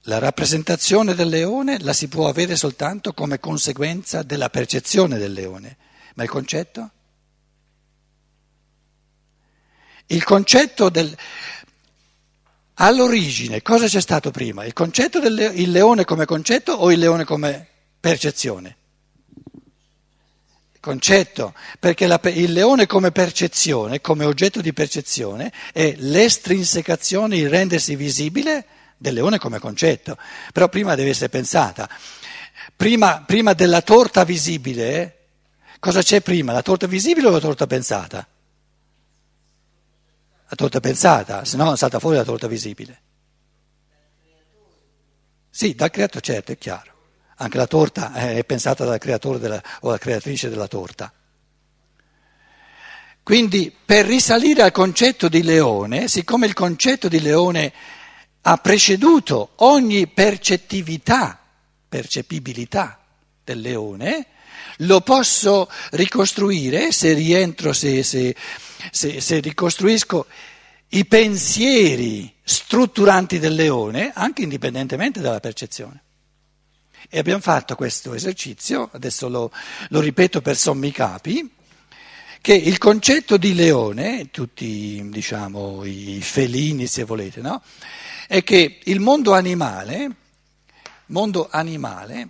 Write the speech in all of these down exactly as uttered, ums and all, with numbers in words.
la rappresentazione del leone la si può avere soltanto come conseguenza della percezione del leone, ma il concetto? Il concetto del... All'origine cosa c'è stato prima? Il concetto del le... il leone come concetto o il leone come percezione? Concetto, perché la, il leone come percezione, come oggetto di percezione, è l'estrinsecazione, il rendersi visibile del leone come concetto. Però prima deve essere pensata. Prima, prima della torta visibile, cosa c'è prima? La torta visibile o la torta pensata? La torta pensata, se no non salta fuori la torta visibile. Sì, dal creatore, certo, è chiaro. Anche la torta è pensata dal creatore della, o dalla creatrice della torta. Quindi per risalire al concetto di leone, siccome il concetto di leone ha preceduto ogni percettività, percepibilità del leone, lo posso ricostruire se rientro, se, se, se, se ricostruisco i pensieri strutturanti del leone, anche indipendentemente dalla percezione. E abbiamo fatto questo esercizio, adesso lo, lo ripeto per sommi capi, che il concetto di leone, tutti diciamo i felini se volete, no? È che il mondo animale, mondo animale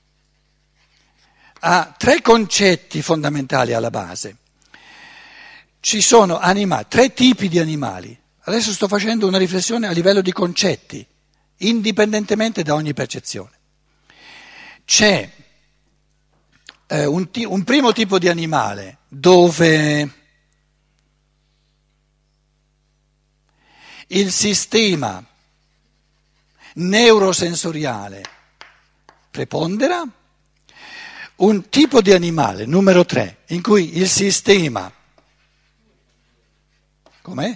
ha tre concetti fondamentali alla base. Ci sono animali, tre tipi di animali. Adesso sto facendo una riflessione a livello di concetti, indipendentemente da ogni percezione. C'è eh, un, un primo tipo di animale dove il sistema neurosensoriale prepondera, un tipo di animale, numero tre, in cui il sistema, com'è?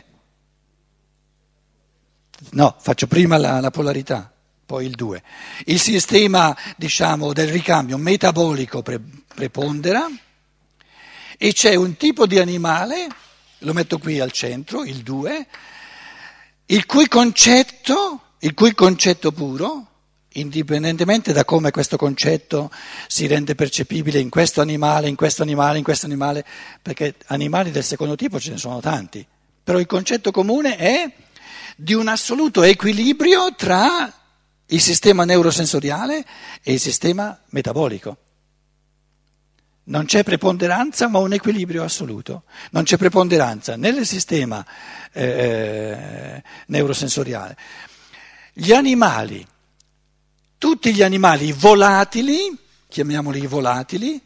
No, faccio prima la, la polarità. Poi il due. Il sistema, diciamo, del ricambio metabolico pre- prepondera e c'è un tipo di animale, lo metto qui al centro, il due, il cui concetto, il cui concetto puro, indipendentemente da come questo concetto si rende percepibile in questo animale, in questo animale, in questo animale, perché animali del secondo tipo ce ne sono tanti, però il concetto comune è di un assoluto equilibrio tra il sistema neurosensoriale e il sistema metabolico. Non c'è preponderanza ma un equilibrio assoluto. Non c'è preponderanza né nel sistema eh, neurosensoriale. Gli animali, tutti gli animali volatili, chiamiamoli volatili,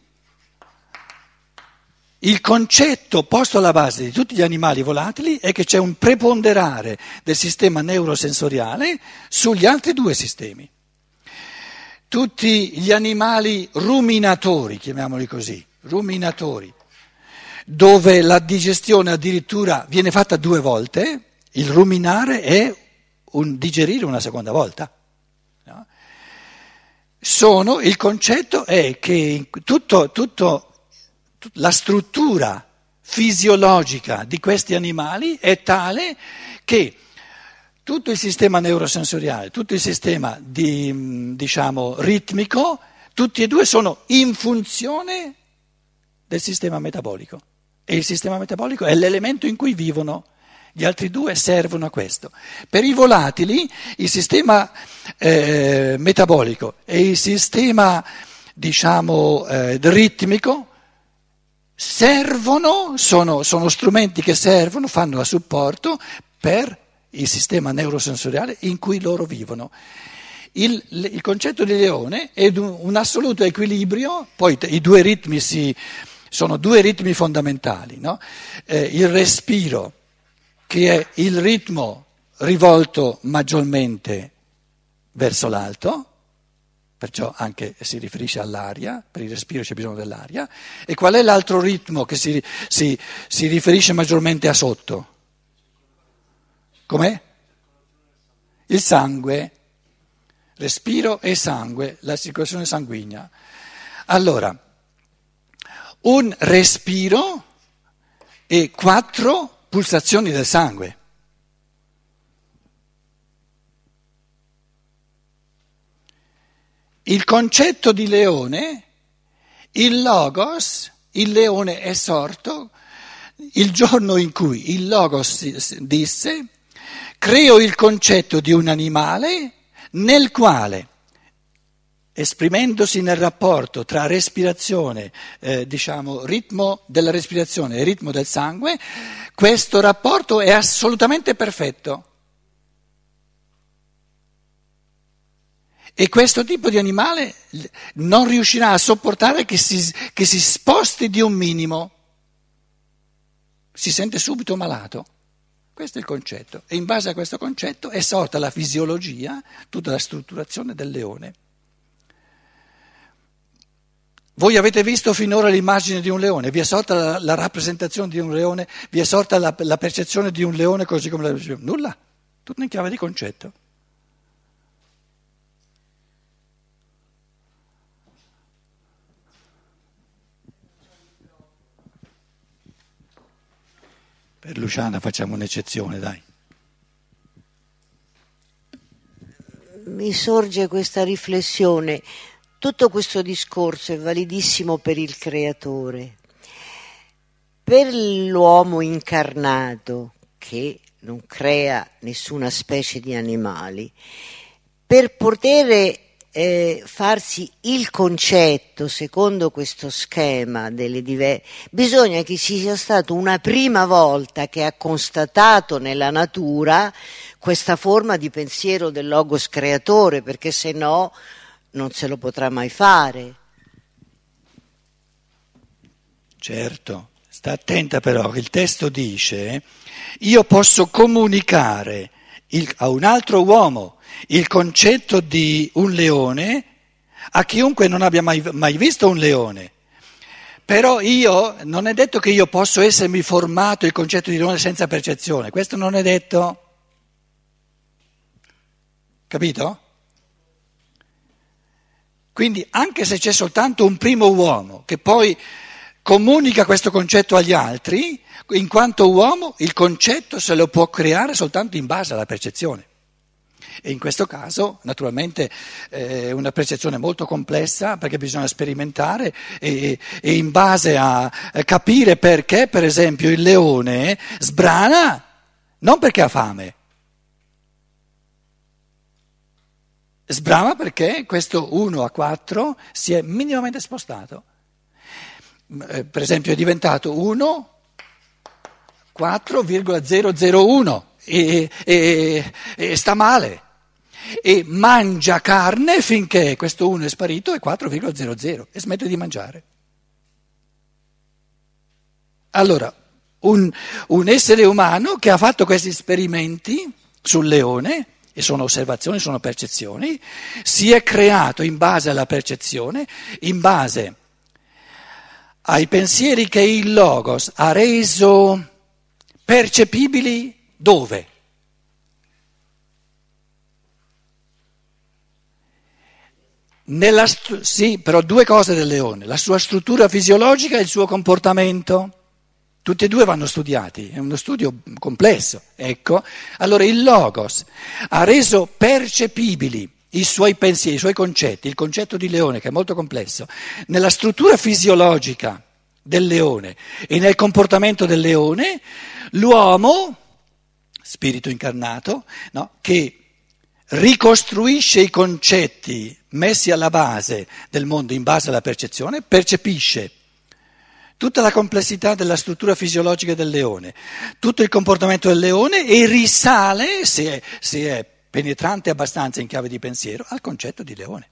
il concetto posto alla base di tutti gli animali volatili è che c'è un preponderare del sistema neurosensoriale sugli altri due sistemi. Tutti gli animali ruminatori, chiamiamoli così, ruminatori, dove la digestione addirittura viene fatta due volte, il ruminare è un digerire una seconda volta. No? Sono, il concetto è che tutto, tutto la struttura fisiologica di questi animali è tale che tutto il sistema neurosensoriale, tutto il sistema di, diciamo, ritmico, tutti e due sono in funzione del sistema metabolico. E il sistema metabolico è l'elemento in cui vivono. Gli altri due servono a questo. Per i volatili il sistema eh, metabolico e il sistema, diciamo, eh, ritmico servono, sono, sono strumenti che servono, fanno a supporto per il sistema neurosensoriale in cui loro vivono. Il, il concetto di leone è un, un assoluto equilibrio, poi i due ritmi si, sono due ritmi fondamentali, no? eh, il respiro, che è il ritmo rivolto maggiormente verso l'alto, perciò anche si riferisce all'aria, per il respiro c'è bisogno dell'aria. E qual è l'altro ritmo che si, si, si riferisce maggiormente a sotto? Com'è? Il sangue, respiro e sangue, la circolazione sanguigna. Allora, un respiro e quattro pulsazioni del sangue. il concetto di leone, il logos, il leone è sorto il giorno in cui il logos disse: creo il concetto di un animale nel quale, esprimendosi nel rapporto tra respirazione, eh, diciamo, ritmo della respirazione e ritmo del sangue, questo rapporto è assolutamente perfetto. E questo tipo di animale non riuscirà a sopportare che si, che si sposti di un minimo. Si sente subito malato. Questo è il concetto. E in base a questo concetto è sorta la fisiologia, tutta la strutturazione del leone. Voi avete visto finora l'immagine di un leone, vi è sorta la, la rappresentazione di un leone, vi è sorta la, la percezione di un leone così come la percezione? Nulla, tutto in chiave di concetto. Per Luciana facciamo un'eccezione, dai. Mi sorge questa riflessione. Tutto questo discorso è validissimo per il creatore. Per l'uomo incarnato, che non crea nessuna specie di animali, per poter eh, farsi il concetto secondo questo schema delle diverse, bisogna che ci sia stata una prima volta che ha constatato nella natura questa forma di pensiero del logos creatore, perché se no non se lo potrà mai fare. Certo, sta attenta però che il testo dice: io posso comunicare il, a un altro uomo il concetto di un leone a chiunque non abbia mai, mai visto un leone. Però io, non è detto che io posso essermi formato il concetto di leone senza percezione, questo non è detto. Capito? Quindi anche se c'è soltanto un primo uomo che poi comunica questo concetto agli altri, in quanto uomo il concetto se lo può creare soltanto in base alla percezione. E in questo caso naturalmente è una percezione molto complessa, perché bisogna sperimentare e, e in base a capire perché, per esempio, il leone sbrana non perché ha fame, sbrana perché questo uno a quattro si è minimamente spostato. Per esempio è diventato uno quattro virgola zero zero uno e, e, e sta male e mangia carne finché questo uno è sparito e quattro virgola zero zero e smette di mangiare. Allora, un, un essere umano che ha fatto questi esperimenti sul leone, e sono osservazioni, sono percezioni, si è creato in base alla percezione, in base ai pensieri che il Logos ha reso percepibili dove? Nella, sì, però due cose del leone, la sua struttura fisiologica e il suo comportamento. Tutti e due vanno studiati, è uno studio complesso, ecco. Allora il Logos ha reso percepibili i suoi pensieri, i suoi concetti, il concetto di leone che è molto complesso, nella struttura fisiologica del leone e nel comportamento del leone, l'uomo, spirito incarnato, no, che ricostruisce i concetti messi alla base del mondo in base alla percezione, percepisce tutta la complessità della struttura fisiologica del leone, tutto il comportamento del leone e risale, se è, se è penetrante abbastanza in chiave di pensiero, al concetto di leone.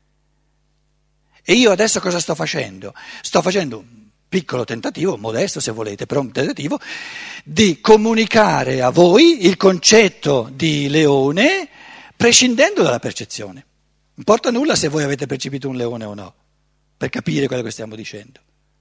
E io adesso cosa sto facendo? Sto facendo un piccolo tentativo, modesto se volete, però un tentativo, di comunicare a voi il concetto di leone prescindendo dalla percezione. Non importa nulla se voi avete percepito un leone o no, per capire quello che stiamo dicendo.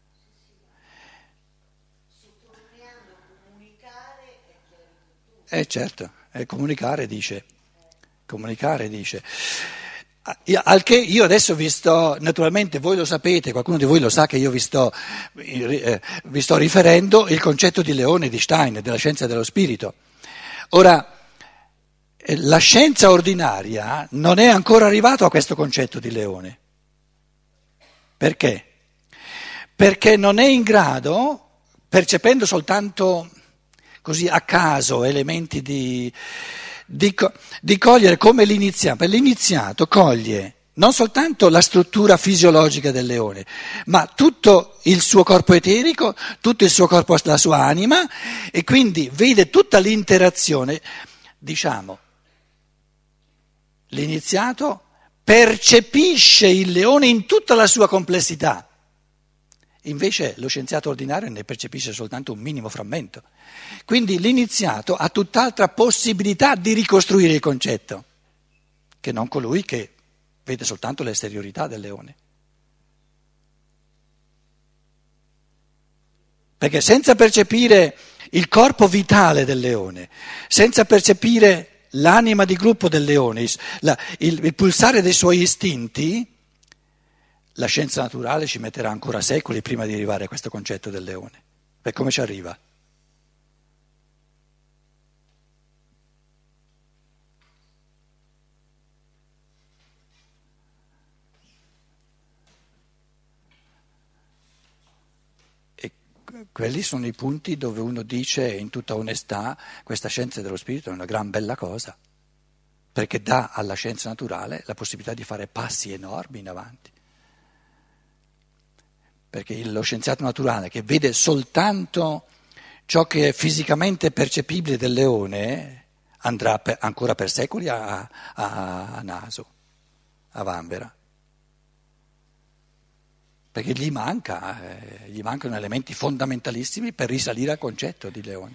Eh certo, eh, comunicare dice, comunicare dice. Al che io adesso vi sto, naturalmente voi lo sapete, qualcuno di voi lo sa che io vi sto, eh, vi sto riferendo il concetto di leone di Stein, della scienza dello spirito. Ora, La scienza ordinaria non è ancora arrivata a questo concetto di leone. Perché? Perché non è in grado, percependo soltanto così a caso elementi di, di, di cogliere come l'iniziato. Per l'iniziato coglie non soltanto la struttura fisiologica del leone, ma tutto il suo corpo eterico, tutto il suo corpo, la sua anima, e quindi vede tutta l'interazione, diciamo. L'iniziato percepisce il leone in tutta la sua complessità, invece lo scienziato ordinario ne percepisce soltanto un minimo frammento. Quindi l'iniziato ha tutt'altra possibilità di ricostruire il concetto, che non colui che vede soltanto l'esteriorità del leone. Perché senza percepire il corpo vitale del leone, senza percepire l'anima di gruppo del leone, la, il, il pulsare dei suoi istinti, la scienza naturale ci metterà ancora secoli prima di arrivare a questo concetto del leone. E come ci arriva? E quelli sono i punti dove uno dice in tutta onestà: questa scienza dello spirito è una gran bella cosa, perché dà alla scienza naturale la possibilità di fare passi enormi in avanti. Perché lo scienziato naturale che vede soltanto ciò che è fisicamente percepibile del leone andrà per, ancora per secoli a, a, a naso, a vanvera. Perché gli manca, eh, gli mancano elementi fondamentalissimi per risalire al concetto di leone.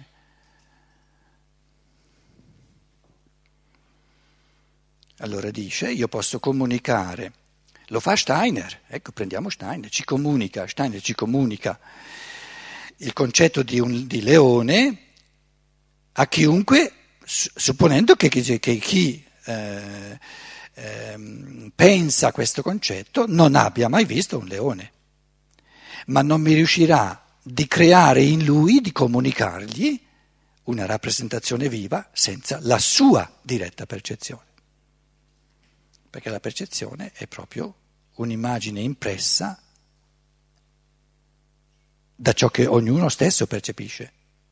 Allora dice: io posso comunicare, lo fa Steiner, ecco, prendiamo Steiner, ci comunica, Steiner ci comunica il concetto di, un, di leone a chiunque, supponendo che, che, che chi eh, eh, pensa a questo concetto non abbia mai visto un leone, ma non mi riuscirà di creare in lui, di comunicargli una rappresentazione viva senza la sua diretta percezione. Perché la percezione è proprio un'immagine impressa da ciò che ognuno stesso percepisce.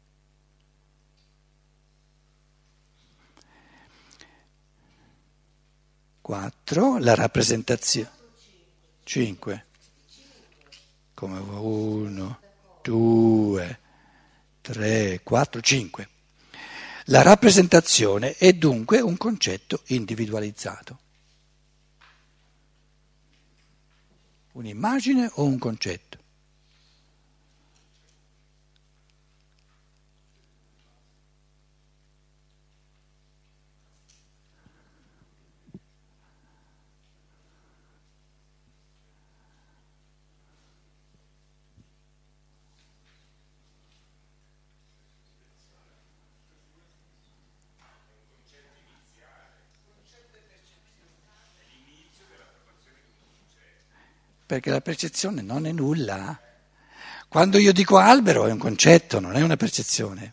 Quattro, la rappresentazione. Cinque. Come uno, due, tre, quattro, cinque. La rappresentazione è dunque un concetto individualizzato. Un'immagine o un concetto? Perché la percezione non è nulla. Quando io dico albero è un concetto, non è una percezione.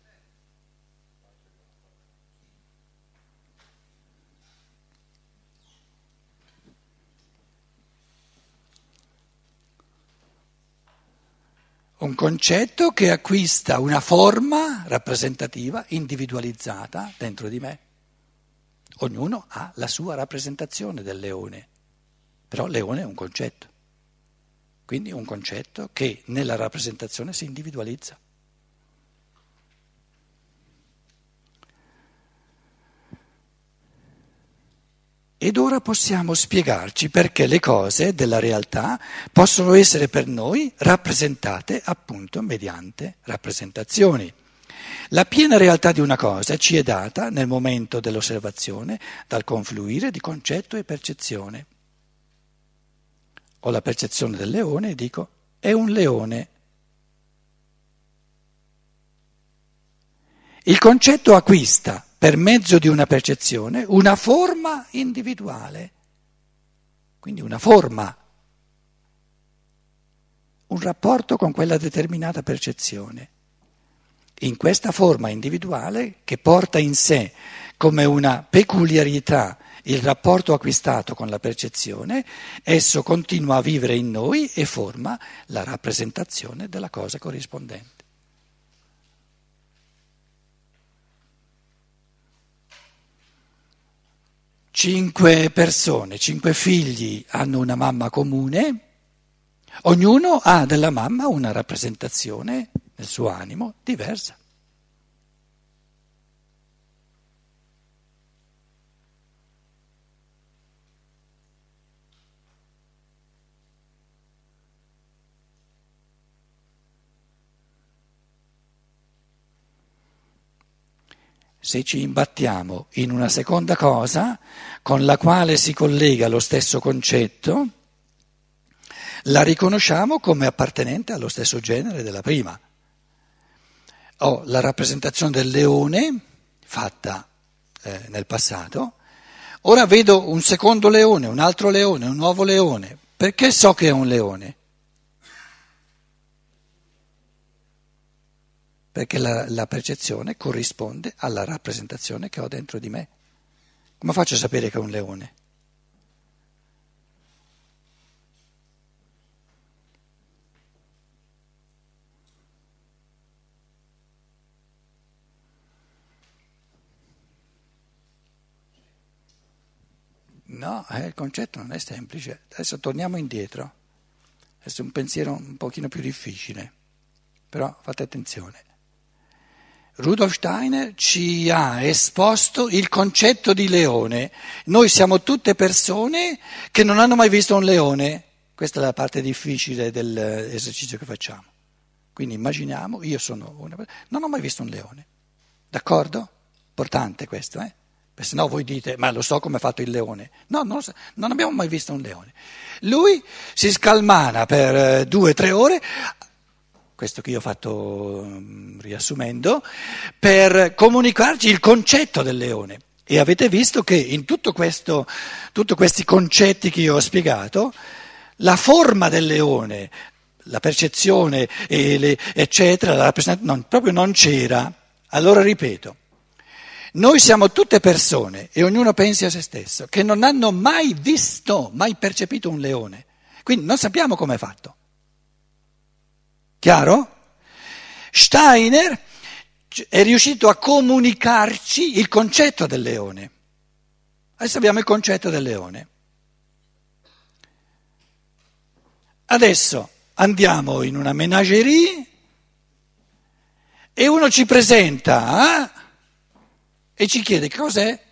Un concetto che acquista una forma rappresentativa, individualizzata dentro di me. Ognuno ha la sua rappresentazione del leone. Però leone è un concetto, quindi un concetto che nella rappresentazione si individualizza. Ed ora possiamo spiegarci perché le cose della realtà possono essere per noi rappresentate appunto mediante rappresentazioni. La piena realtà di una cosa ci è data nel momento dell'osservazione dal confluire di concetto e percezione. Ho la percezione del leone e dico: è un leone. Il concetto acquista, per mezzo di una percezione, una forma individuale, quindi una forma, un rapporto con quella determinata percezione. In questa forma individuale, che porta in sé come una peculiarità il rapporto acquistato con la percezione, esso continua a vivere in noi e forma la rappresentazione della cosa corrispondente. Cinque persone, cinque figli hanno una mamma comune, ognuno ha della mamma una rappresentazione nel suo animo diversa. Se ci imbattiamo in una seconda cosa con la quale si collega lo stesso concetto, la riconosciamo come appartenente allo stesso genere della prima. Ho la rappresentazione del leone fatta eh, nel passato, ora vedo un secondo leone, un altro leone, un nuovo leone. Perché so che è un leone? Perché la, la percezione corrisponde alla rappresentazione che ho dentro di me. Come faccio a sapere che è un leone? No, eh, il concetto non è semplice. Adesso torniamo indietro. Questo è un pensiero un pochino più difficile, però fate attenzione. Rudolf Steiner ci ha esposto il concetto di leone. Noi siamo tutte persone che non hanno mai visto un leone. Questa è la parte difficile dell'esercizio che facciamo. Quindi immaginiamo, io sono una persona, non ho mai visto un leone. D'accordo? Importante questo, eh? Perché se no voi dite, ma lo so come è fatto il leone. No, non, lo so, non abbiamo mai visto un leone. Lui si scalmana per eh, due o tre ore, questo che io ho fatto riassumendo, per comunicarci il concetto del leone. E avete visto che in tutto questo, tutti questi concetti che io ho spiegato, la forma del leone, la percezione, e le, eccetera, la rappresentazione, non, proprio non c'era. Allora ripeto, noi siamo tutte persone, e ognuno pensi a se stesso, che non hanno mai visto, mai percepito un leone. Quindi non sappiamo com'è fatto. Chiaro? Steiner è riuscito a comunicarci il concetto del leone. Adesso abbiamo il concetto del leone. Adesso andiamo in una menagerie e uno ci presenta eh, e ci chiede che cos'è.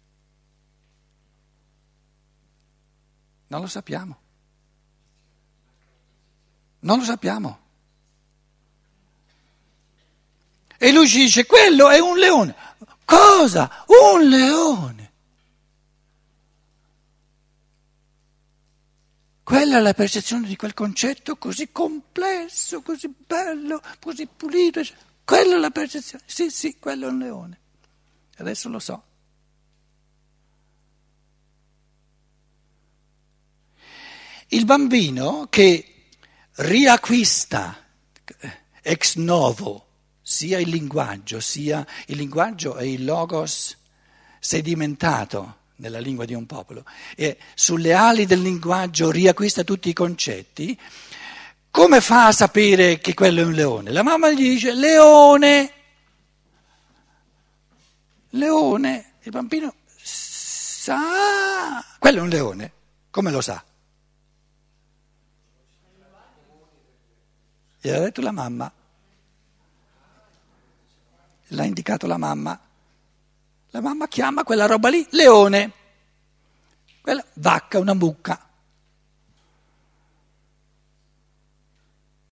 Non lo sappiamo. Non lo sappiamo. E lui ci dice, quello è un leone. Cosa? Un leone. Quella è la percezione di quel concetto così complesso, così bello, così pulito. Quella è la percezione. Sì, sì, quello è un leone. Adesso lo so. Il bambino che riacquista ex novo sia il linguaggio, sia il linguaggio è il logos sedimentato nella lingua di un popolo, e sulle ali del linguaggio riacquista tutti i concetti, come fa a sapere che quello è un leone? La mamma gli dice leone, leone, il bambino sa, quello è un leone, come lo sa? Gli ha detto la mamma. L'ha indicato la mamma. La mamma chiama quella roba lì leone. Quella vacca, una mucca.